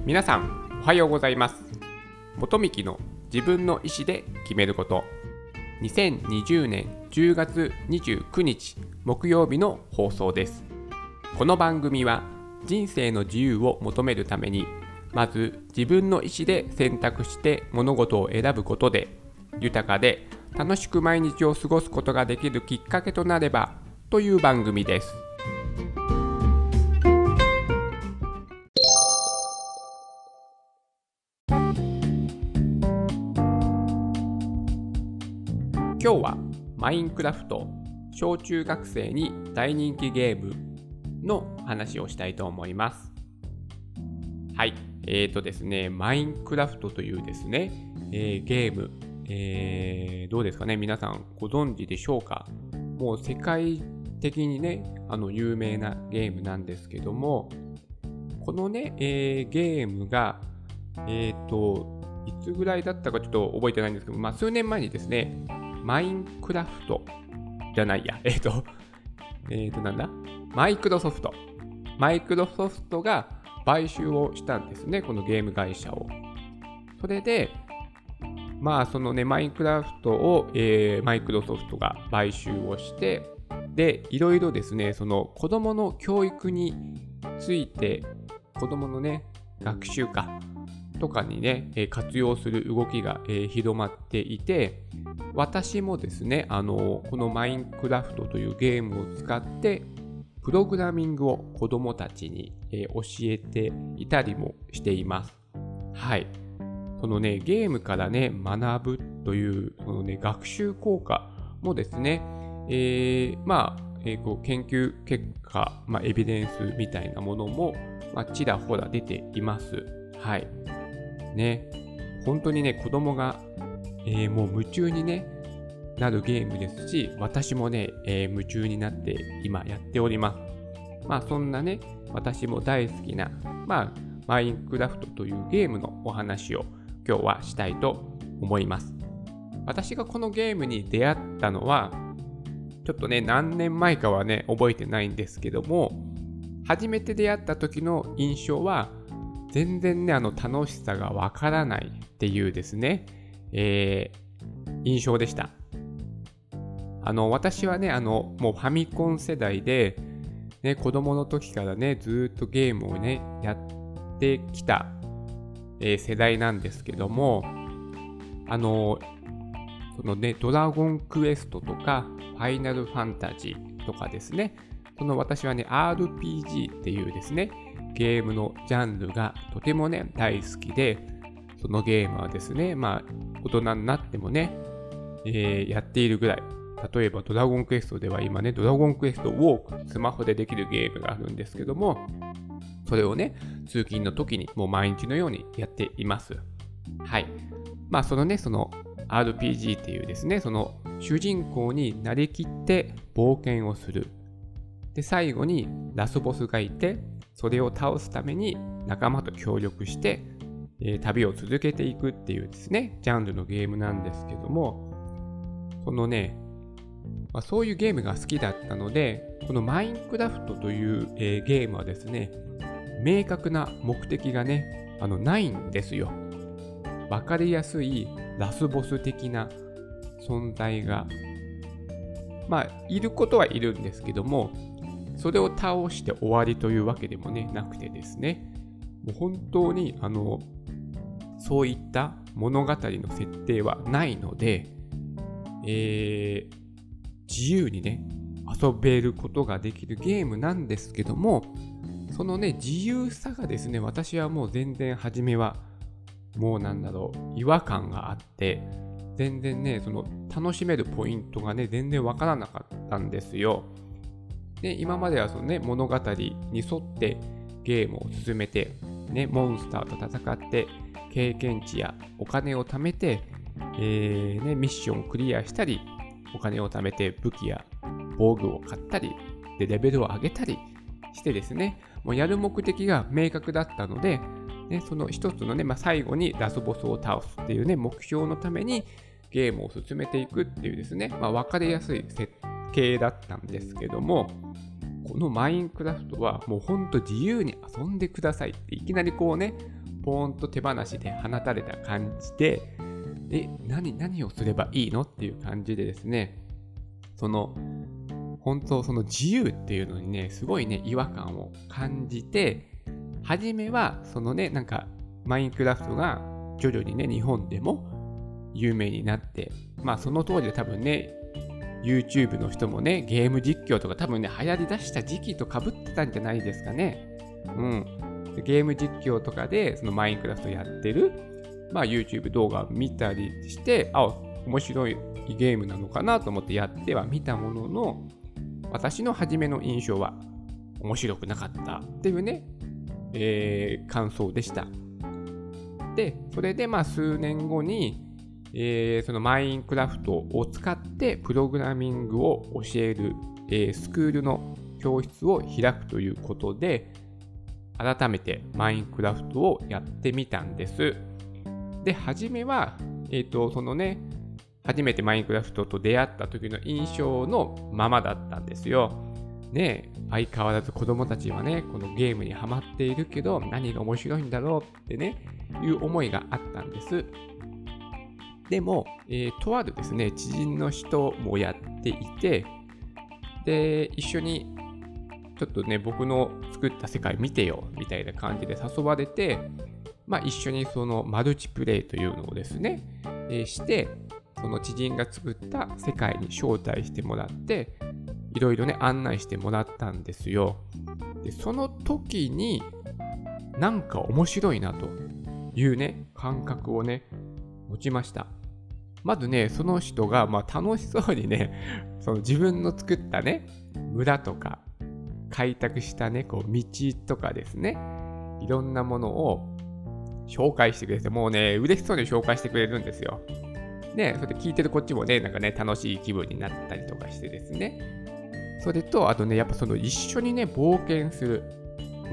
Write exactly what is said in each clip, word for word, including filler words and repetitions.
皆さんおはようございます。元幹の自分の意思で決めること、にせんにじゅうねんじゅうがつにじゅうくにち木曜日の放送です。この番組は人生の自由を求めるために、まず自分の意思で選択して物事を選ぶことで、豊かで楽しく毎日を過ごすことができるきっかけとなればという番組です。今日はマインクラフト小中学生に大人気ゲームの話をしたいと思います。はい、えーとですね、マインクラフトというですね、えー、ゲーム、えー、どうですかね、皆さんご存知でしょうか。もう世界的にね、あの有名なゲームなんですけども、このね、えー、ゲームが、えーと、いつぐらいだったかちょっと覚えてないんですけど、まあ、数年前にですね、マインクラフトじゃないや、えっ、ー、と、えっ、ー、と、なんだマイクロソフト。マイクロソフトが買収をしたんですね、このゲーム会社を。それで、まあ、そのね、マインクラフトを、えー、マイクロソフトが買収をして、で、いろいろですね、その子供の教育について、子供のね、学習かとかにね、活用する動きが広まっていて、私もですね、あのこのマインクラフトというゲームを使ってプログラミングを子どもたちに教えていたりもしています。はい。そのね、ゲームからね、学ぶというそのね、学習効果もですね、えー、まあ、えー、こう研究結果、まあ、エビデンスみたいなものも、まあ、ちらほら出ています。はい。ね、本当にね、子供が、えー、もう夢中に、ね、なるゲームですし、私もね、えー、夢中になって今やっております。まあそんなね、私も大好きな、まあ、マインクラフトというゲームのお話を今日はしたいと思います。私がこのゲームに出会ったのは、ちょっとね、何年前かはね、覚えてないんですけども、初めて出会った時の印象は、全然ね、あの楽しさがわからないっていうですね、えー、印象でした。あの私はね、あのもうファミコン世代で、ね、子供の時からね、ずっとゲームをね、やってきた、えー、世代なんですけども、あの、そのね、ドラゴンクエストとか、ファイナルファンタジーとかですね、その私はね、アールピージー っていうですね、ゲームのジャンルがとてもね、大好きで、そのゲームはですね、まあ、大人になってもね、えー、やっているぐらい。例えば、ドラゴンクエストでは今ね、ドラゴンクエストウォーク、スマホでできるゲームがあるんですけども、それをね、通勤の時にもう毎日のようにやっています。はい。まあ、そのね、その アールピージー っていうですね、その主人公になりきって冒険をする。で、最後にラスボスがいて、それを倒すために仲間と協力して、えー、旅を続けていくっていうですね、ジャンルのゲームなんですけども、そのね、まあ、そういうゲームが好きだったので、このマインクラフトという、えー、ゲームはですね、明確な目的がね、あのないんですよ。わかりやすいラスボス的な存在が、まあ、いることはいるんですけども、それを倒して終わりというわけでもね、なくてですね、もう本当にあのそういった物語の設定はないので、えー、自由にね、遊べることができるゲームなんですけども、そのね、自由さがですね、私はもう全然初めは、もうなんだろう、違和感があって、全然ね、その楽しめるポイントがね、全然わからなかったんですよ。で、今まではそのね、物語に沿ってゲームを進めて、ね、モンスターと戦って、経験値やお金を貯めて、えーね、ミッションをクリアしたり、お金を貯めて武器や防具を買ったり、で、レベルを上げたりしてですね、もうやる目的が明確だったので、ね、その一つのね、まあ、最後にラスボスを倒すっていうね、目標のためにゲームを進めていくっていうですね、まあ、分かりやすい設計だったんですけども、このマインクラフトはもうほんと自由に遊んでくださいっていきなりこうね、 ポーンと手放しで放たれた感じで、え、何、何をすればいいのっていう感じでですね、その、本当その自由っていうのにね、すごいね、違和感を感じて、初めは、そのね、なんか、マインクラフトが徐々にね、日本でも有名になって、まあその当時で多分ね、YouTube の人もね、ゲーム実況とか多分ね、流行り出した時期と被ってたんじゃないですかね。うん。ゲーム実況とかで、そのマインクラフトやってる、まあ YouTube 動画を見たりして、あ、面白いゲームなのかなと思ってやっては見たものの、私の初めの印象は面白くなかったっていうね、えー、感想でした。で、それでまあ数年後に、えー、そのマインクラフトを使ってプログラミングを教える、えー、スクールの教室を開くということで、改めてマインクラフトをやってみたんです。で、初めは、えっと、そのね、初めてマインクラフトと出会った時の印象のままだったんですよ。ね、相変わらず子供たちはね、このゲームにハマっているけど、何が面白いんだろうってね、いう思いがあったんです。でも、えー、とあるですね、知人の人もやっていて、で、一緒にちょっとね、僕の作った世界見てよ、みたいな感じで誘われて、まあ一緒にそのマルチプレイというのをですね、えー、して、その知人が作った世界に招待してもらって、いろいろね、案内してもらったんですよ。で、その時に、なんか面白いなというね、感覚をね、持ちました。まずね、その人が、まあ、楽しそうにね、その自分の作ったね、村とか、開拓したね、こう道とかですね、いろんなものを紹介してくれて、もうね、嬉しそうに紹介してくれるんですよ。ね、それで聞いてるこっちもね、なんかね、楽しい気分になったりとかしてですね。それと、あとね、やっぱその一緒にね、冒険する。うん。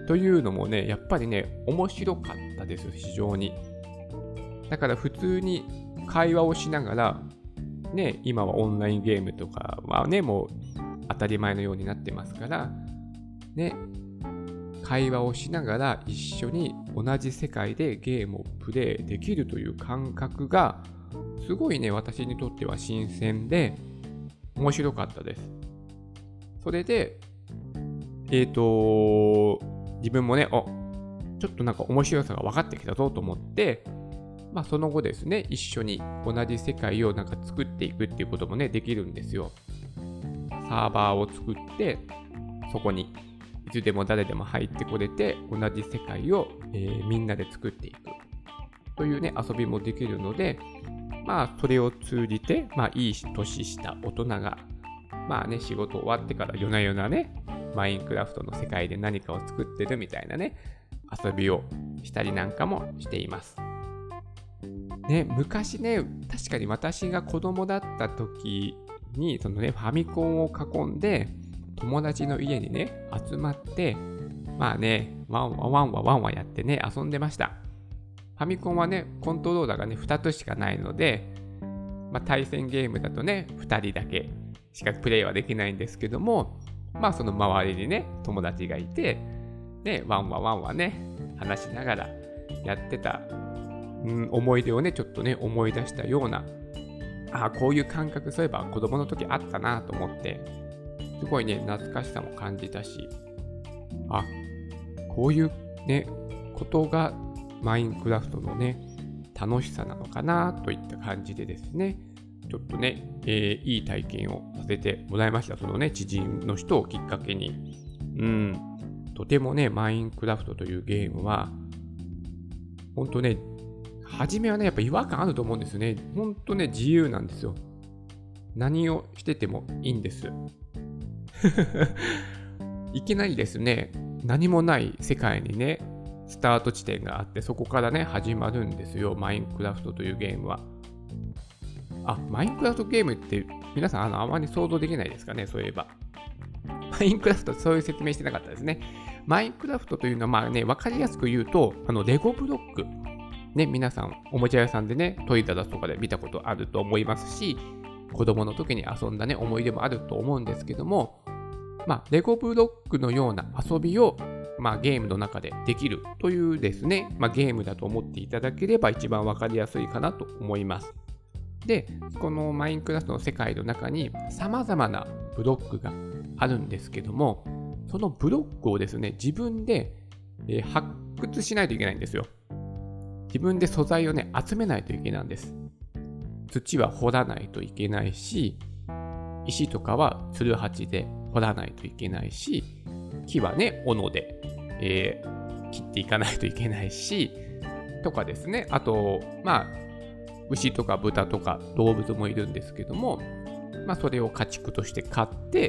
というのもね、やっぱりね、面白かったです、非常に。だから普通に会話をしながら、ね、今はオンラインゲームとかはね、もう当たり前のようになってますから、ね、会話をしながら一緒に同じ世界でゲームをプレイできるという感覚が、すごいね、私にとっては新鮮で、面白かったです。それで、えっと、自分もね、あ、ちょっとなんか面白さが分かってきたぞと思って、まあその後ですね、一緒に同じ世界をなんか作っていくっていうこともね、できるんですよ。サーバーを作って、そこにいつでも誰でも入ってこれて、同じ世界を、えー、みんなで作っていくというね、遊びもできるので、まあそれを通じて、まあいい年した大人が、まあね、仕事終わってから夜な夜なね、マインクラフトの世界で何かを作ってるみたいなね、遊びをしたりなんかもしています。ね、昔ね、確かに私が子供だった時に、そのね、ファミコンを囲んで、友達の家にね、集まって、まあね、ワンワンワンワワンワやってね、遊んでました。ファミコンはね、コントローラーがね、ふたつしかないので、まあ対戦ゲームだとね、ふたりだけしかプレイはできないんですけども、まあその周りにね、友達がいて、ね、ワンワワンワね、話しながらやってた、うん、思い出をね、ちょっとね、思い出したような、ああ、こういう感覚、そういえば子供の時あったなと思って、すごいね、懐かしさも感じたし、あ、こういうね、ことがマインクラフトのね、楽しさなのかなといった感じでですね、ちょっとね、えー、いい体験をさせてもらいました。そのね、知人の人をきっかけに。うん。とてもね、マインクラフトというゲームは、ほんとね、初めはね、やっぱ違和感あると思うんですよね。ほんとね、自由なんですよ。何をしててもいいんです。いきなりですね、何もない世界にね、スタート地点があって、そこからね、始まるんですよ。マインクラフトというゲームは。あ、マインクラフトゲームって皆さんあのあまり想像できないですかね、そういえば。マインクラフト、そういう説明してなかったですね。マインクラフトというのは、まあね、わかりやすく言うと、あの、レゴブロック。ね、皆さん、おもちゃ屋さんでね、トイザらスとかで見たことあると思いますし、子供の時に遊んだね、思い出もあると思うんですけども、まあ、レゴブロックのような遊びをまあ、ゲームの中でできるというですね、まあ、ゲームだと思っていただければ一番わかりやすいかなと思います。で、このマインクラフトの世界の中に様々なブロックがあるんですけども、そのブロックをですね、自分で発掘しないといけないんですよ。自分で素材をね、集めないといけないんです。土は掘らないといけないし、石とかはツルハチで掘らないといけないし、木はね、斧で、えー、切っていかないといけないし、とかですね。あと、まあ、牛とか豚とか動物もいるんですけども、まあ、それを家畜として飼って、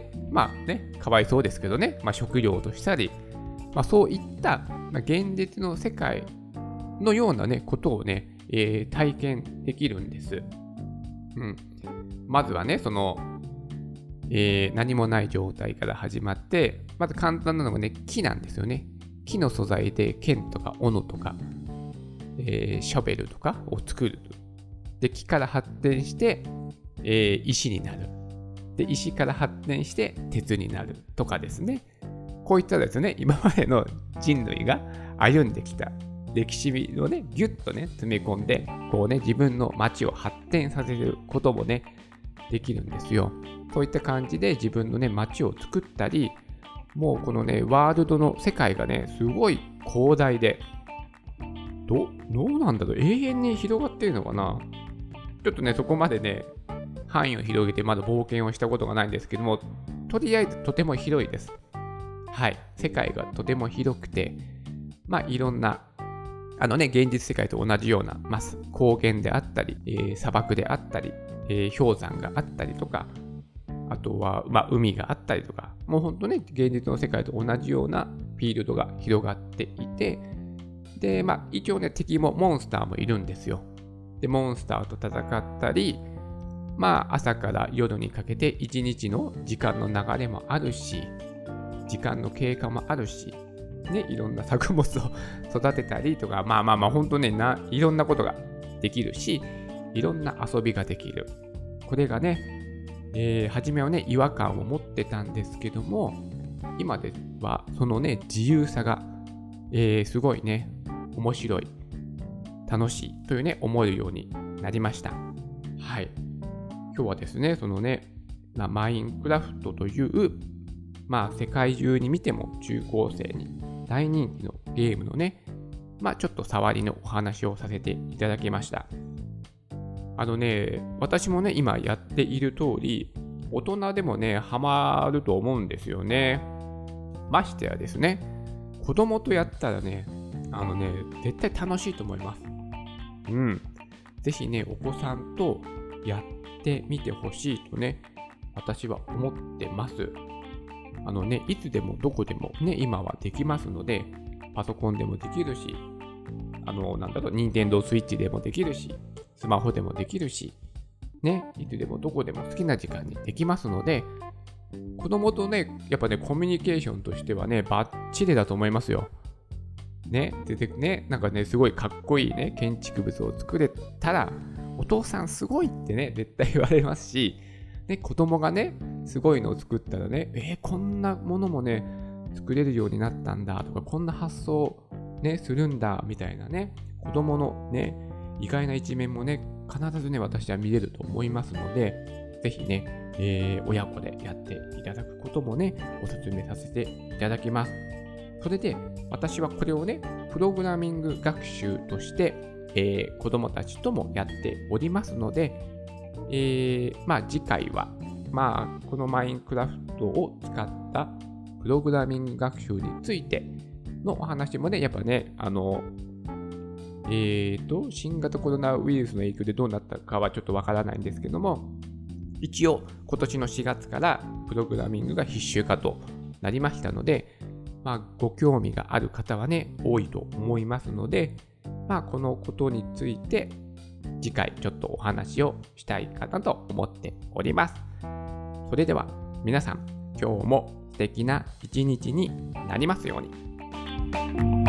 まあね、かわいそうですけどね、まあ、食料としたり、まあ、そういった、まあ、現実の世界のようなね、ことをね、えー、体験できるんです。うん。まずはね、その、えー、何もない状態から始まって、まず簡単なのがね、木なんですよね。木の素材で剣とか斧とか、えー、ショベルとかを作る。で、木から発展して、えー、石になる。で、石から発展して鉄になるとかですね。こういったですね、今までの人類が歩んできた歴史をね、ギュッとね、詰め込んで、こうね、自分の街を発展させることもね、できるんですよ。そういった感じで自分のね、街を作ったり、もうこのね、ワールドの世界がね、すごい広大で、ど、どうなんだろう、永遠に広がっているのかな。ちょっとね、そこまでね、範囲を広げてまだ冒険をしたことがないんですけども、とりあえずとても広いです。はい。世界がとても広くて、まあいろんな、あのね、現実世界と同じような、まあ、高原であったり、えー、砂漠であったり、えー、氷山があったりとか、あとは、まあ、海があったりとか、もう本当ね、現実の世界と同じようなフィールドが広がっていて、で、まあ、一応ね、敵もモンスターもいるんですよ。で、モンスターと戦ったり、まあ、朝から夜にかけて一日の時間の流れもあるし、時間の経過もあるし、ね、いろんな作物を育てたりとか、まあまあまあ、本当ねな、いろんなことができるし、いろんな遊びができる。これがね、えー、初めはね、違和感を持ってたんですけども、今ではそのね、自由さが、えー、すごいね、面白い、楽しいというね、思えるようになりました。はい。今日はですね、そのね、まあ、マインクラフトという、まあ、世界中に見ても中高生に大人気のゲームのね、まあ、ちょっと触りのお話をさせていただきました。あのね、私もね、今やっている通り、大人でもね、ハマると思うんですよね。ましてやですね、子供とやったらね、あのね、絶対楽しいと思います。うん。ぜひね、お子さんとやってみてほしいとね、私は思ってます。あのね、いつでもどこでもね、今はできますので、パソコンでもできるし、あの、なんだろう、ニンテンドースイッチでもできるし、スマホでもできるし、ね、いつでもどこでも好きな時間にできますので、子供とね、やっぱね、コミュニケーションとしてはね、バッチリだと思いますよ。ね、でね、なんかね、すごいかっこいいね、建築物を作れたら、お父さんすごいってね、絶対言われますし、ね、子供がね、すごいのを作ったらね、えー、こんなものもね、作れるようになったんだとか、こんな発想ね、するんだみたいなね、子供のね、意外な一面もね、必ずね、私は見れると思いますので、ぜひね、えー、親子でやっていただくこともね、お勧めさせていただきます。それで、私はこれをね、プログラミング学習として、えー、子供たちともやっておりますので、えー、まあ次回は、まあこのマインクラフトを使ったプログラミング学習についてのお話もね、やっぱね、あの、えーと、新型コロナウイルスの影響でどうなったかはちょっとわからないんですけども、一応今年のしがつからプログラミングが必修化となりましたので、まあご興味がある方はね、多いと思いますので、まあこのことについて次回ちょっとお話をしたいかなと思っております。それでは皆さん、今日も素敵な一日になりますように。